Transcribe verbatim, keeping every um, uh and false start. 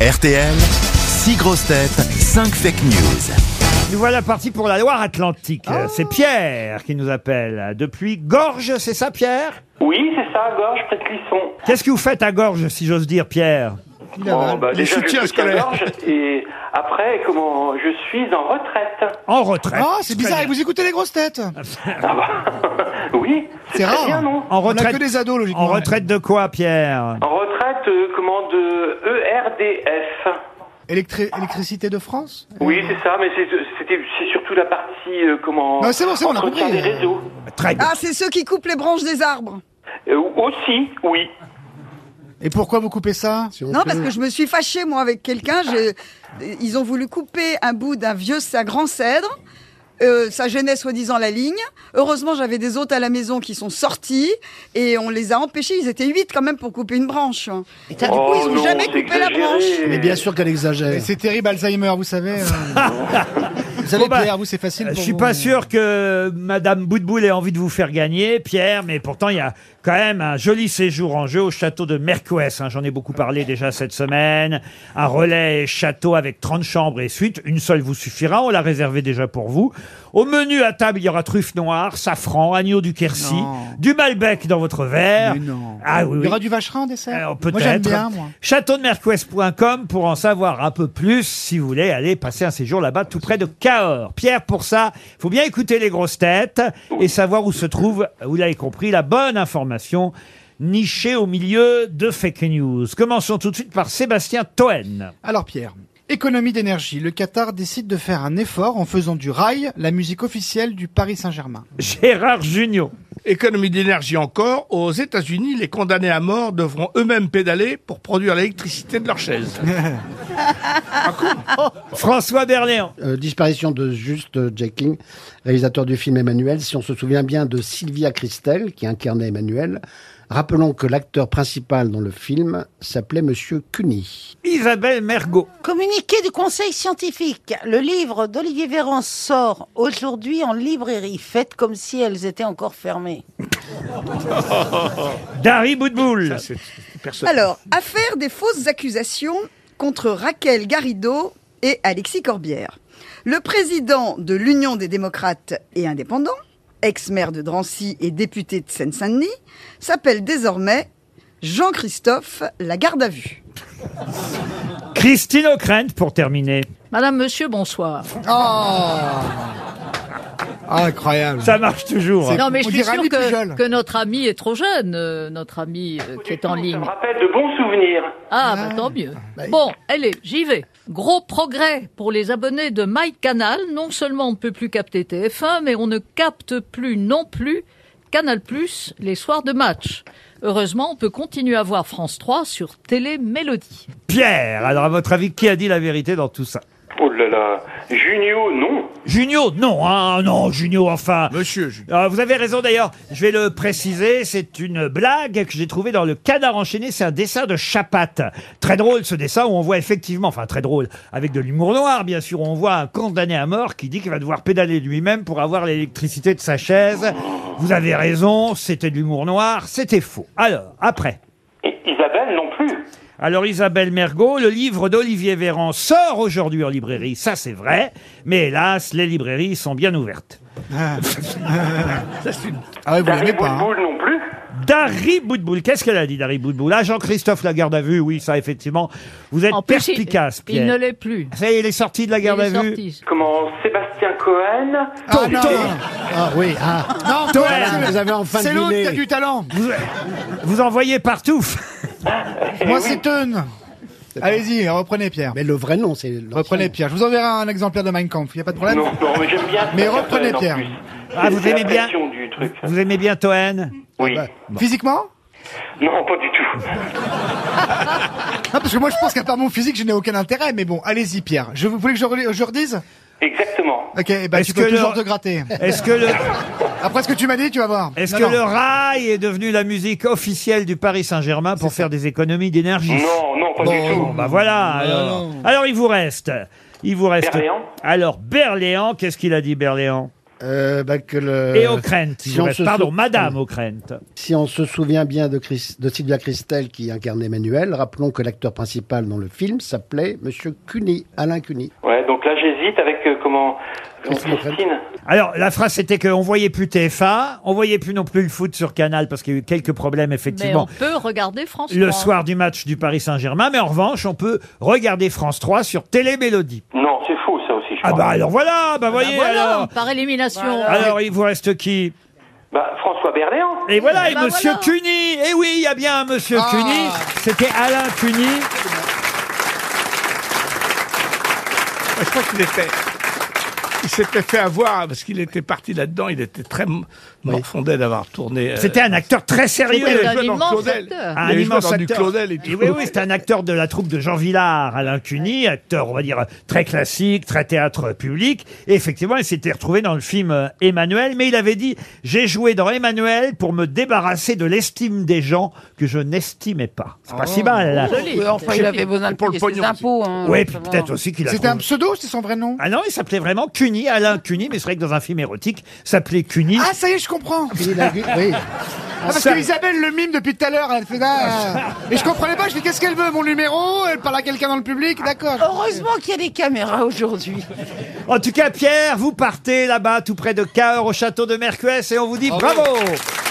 R T L, six grosses têtes, cinq fake news. Nous voilà partis pour la Loire-Atlantique. Oh. C'est Pierre qui nous appelle depuis Gorges, c'est ça Pierre? Oui, c'est ça, Gorges, près de Clisson. Qu'est-ce que vous faites à Gorges, si j'ose dire, Pierre? Bon, bah, déjà, je suis à Gorges et après, comment, je suis en retraite. En retraite? Ah, c'est bizarre, et vous écoutez les grosses têtes? Ah bah, oui, c'est rare. Bien, non? En retraite, on a que des ados, logiquement. En retraite de quoi, Pierre? En retraite, euh, comment, de E R D F. Électri- électricité de France? Oui, c'est ça, mais c'est, c'était, c'est surtout la partie, euh, comment... Non, c'est bon, c'est bon, on a entretien compris. des réseaux. Très bien. Ah, c'est ceux qui coupent les branches des arbres. Euh, aussi, oui. Et pourquoi vous coupez ça? Non, parce que je me suis fâchée, moi, avec quelqu'un. J'ai... Ils ont voulu couper un bout d'un vieux un grand cèdre. Euh, ça gênait soi-disant la ligne. Heureusement, j'avais des hôtes à la maison qui sont sortis et on les a empêchés. Ils étaient huit quand même pour couper une branche. Et du coup, Oh ils n'ont non, jamais c'est coupé la exagéré. branche. Mais bien sûr qu'elle exagère. Et c'est terrible, Alzheimer, vous savez. euh. Vous savez, Bon, bah, Pierre, vous, c'est facile pour Je suis vous. pas sûr que Madame Boutboul ait envie de vous faire gagner, Pierre, mais pourtant il y a quand même un joli séjour en jeu au château de Mercouès. Hein, j'en ai beaucoup parlé déjà cette semaine. Un relais château avec trente chambres et suites. Une seule vous suffira, on l'a réservé déjà pour vous. Au menu à table, il y aura truffe noire, safran, agneau du Quercy, Non. du Malbec dans votre verre. Mais non. Ah oui, Il y aura oui. du vacherin en dessert? Alors, Moi, peut-être. j'aime bien, moi. château de mercouès point com pour en savoir un peu plus si vous voulez aller passer un séjour là-bas tout près de Cahors. Pierre, pour ça, il faut bien écouter les grosses têtes et savoir où se trouve, vous l'avez compris, la bonne information nichée au milieu de fake news. Commençons tout de suite par Sébastien Toen. Alors, Pierre, économie d'énergie. Le Qatar décide de faire un effort en faisant du rail la musique officielle du Paris Saint-Germain. Gérard Jugnot. Économie d'énergie encore, aux États-Unis, les condamnés à mort devront eux-mêmes pédaler pour produire l'électricité de leur chaise. François Berléand. Euh, disparition de Juste euh, Jacking, réalisateur du film Emmanuel. Si on se souvient bien de Sylvia Christel, qui incarnait Emmanuel, rappelons que l'acteur principal dans le film s'appelait Monsieur Cuny. Isabelle Mergot. Communiqué du Conseil scientifique. Le livre d'Olivier Véran sort aujourd'hui en librairie. Faites comme si elles étaient encore fermées. Dari Boudboul. Alors, affaire des fausses accusations contre Raquel Garrido et Alexis Corbière. Le président de l'Union des démocrates et indépendants, ex-maire de Drancy et député de Seine-Saint-Denis, s'appelle désormais Jean-Christophe Lagarde à vue. Christine O'Krent pour terminer. Madame, monsieur, bonsoir. Oh, incroyable. Ça marche toujours. C'est- Non, mais on je suis dirait sûre Annie Pujol. que, que notre ami est trop jeune, euh, notre ami euh, qui est en Ça ligne. me rappelle de bons souvenirs. Ah, bah, tant mieux. Bon, allez, j'y vais. Gros progrès pour les abonnés de MyCanal. Non seulement on ne peut plus capter T F un, mais on ne capte plus non plus Canal plus, les soirs de match. Heureusement, on peut continuer à voir France trois sur Télé Mélodie. Pierre, alors à votre avis, qui a dit la vérité dans tout ça? Oh là là, Junio, non. Junio, non, hein, non, Junio, enfin. Monsieur, je- Euh, vous avez raison d'ailleurs, je vais le préciser, c'est une blague que j'ai trouvée dans le Canard enchaîné, c'est un dessin de Chapat. Très drôle ce dessin où on voit effectivement, enfin très drôle, avec de l'humour noir bien sûr, où on voit un condamné à mort qui dit qu'il va devoir pédaler lui-même pour avoir l'électricité de sa chaise. Vous avez raison, c'était de l'humour noir, c'était faux. Alors, après. Et Isabelle, non plus. Alors Isabelle Mergot, le livre d'Olivier Véran sort aujourd'hui en librairie, ça c'est vrai, mais hélas, les librairies sont bien ouvertes. Ah, ouais, vous Dari l'aimez pas, hein. Boudboul, non plus. Dari Boudboul, qu'est-ce qu'elle a dit, Dari Boudboul? Ah, Jean-Christophe Lagarde à vue, oui, ça effectivement. Vous êtes En plus, il- perspicace, il, Pierre. ne l'est plus. Ça y est, il est sorti de la garde Il à est vue. sorti. Comment, Sébastien Cohen. Ah, non, Tom. Ah oui, ah. non, Toi, Cohen, Voilà, vous avez enfin c'est l'autre qui deviné. a du talent. Vous, vous en voyez partout. Moi, c'est Teun. Allez-y, reprenez, Pierre. Mais le vrai nom, c'est... l'ancien. Reprenez, Pierre. Je vous enverrai un exemplaire de Mein Kampf, il n'y a pas de problème? Non, non, mais j'aime bien. Mais Sébastien reprenez, Cohen, en Pierre. plus. Ah, vous C'est aimez la bien passion du truc. Vous aimez bien Toen? Oui. Physiquement? Non, pas du tout. Non, parce que moi, je pense qu'à part mon physique, je n'ai aucun intérêt. Mais bon, allez-y, Pierre. Je, vous voulez que je, relis- je redise? Exactement. Ok, eh ben, Est-ce tu peux que toujours le- te gratter. Est-ce que le, Après ce que tu m'as dit, tu vas voir. est-ce Non, que non. le rail est devenu la musique officielle du Paris Saint-Germain pour faire des économies d'énergie? Non, non, pas Bon, du tout. Bon, bah voilà, alors. non. Alors, il vous reste. Il vous reste. Berléand. Alors, Berléand, qu'est-ce qu'il a dit, Berléand? Euh, bah, que le... Et Ockrent, il si vous on reste- se pardon, sou- Madame Ockrent. Si on se souvient bien de, Chris- de Sylvia Christel qui incarnait Emmanuel, rappelons que l'acteur principal dans le film s'appelait Monsieur Cuny, Alain Cuny. Ouais, donc là j'hésite avec euh, comment Christine Christine. Alors, la phrase, c'était qu'on voyait plus T F un, on voyait plus non plus le foot sur Canal, parce qu'il y a eu quelques problèmes, Mais effectivement, on peut regarder France le trois. soir du match du Paris Saint-Germain. Mais en revanche, on peut regarder France trois sur Télé-Mélodie. Non, c'est faux ça aussi. Je Ah crois. bah alors voilà, bah voyez Bah voilà, alors. par élimination. Alors, il vous reste qui? Bah, François Berléand. Et voilà, et Bah Monsieur voilà. Cuny. Et oui, il y a bien un Monsieur Ah. Cuny. C'était Alain Cuny. Je crois qu'il était... Il s'était fait avoir parce qu'il était parti là-dedans. Il était très m- morfondé d'avoir tourné. euh, C'était un acteur très sérieux. Oui, il C'est avait un joué dans immense Claudel. acteur. Un Il avait joué immense dans du acteur. Claudel et tout. Et oui, oui, c'est un acteur de la troupe de Jean Villard, Alain Cuny, acteur, on va dire, très classique, très théâtre public. Et effectivement, il s'était retrouvé dans le film euh, Emmanuel, mais il avait dit « J'ai joué dans Emmanuel pour me débarrasser de l'estime des gens que je n'estimais pas. » C'est pas si mal, là. Joli. Oui, enfin, il avait besoin de Pour le payer ses pognon impôts. Hein, Oui, ça va. peut-être aussi qu'il a C'était un trouvé- pseudo, c'est son vrai nom? Ah non, il s'appelait vraiment Cuny, Alain Cuny, mais c'est vrai que dans un film érotique, s'appelait Cuny. Ah, ça y est, je comprends. Cuny, la gu- oui. Ah, parce Ça- que Isabelle le mime depuis tout à l'heure, elle fait ah, et je comprenais pas, je dis qu'est-ce qu'elle veut, mon numéro, elle parle à quelqu'un dans le public, d'accord. Heureusement qu'il y a des caméras aujourd'hui. En tout cas, Pierre, vous partez là-bas, tout près de Cahors, au château de Mercuès, et on vous dit bravo.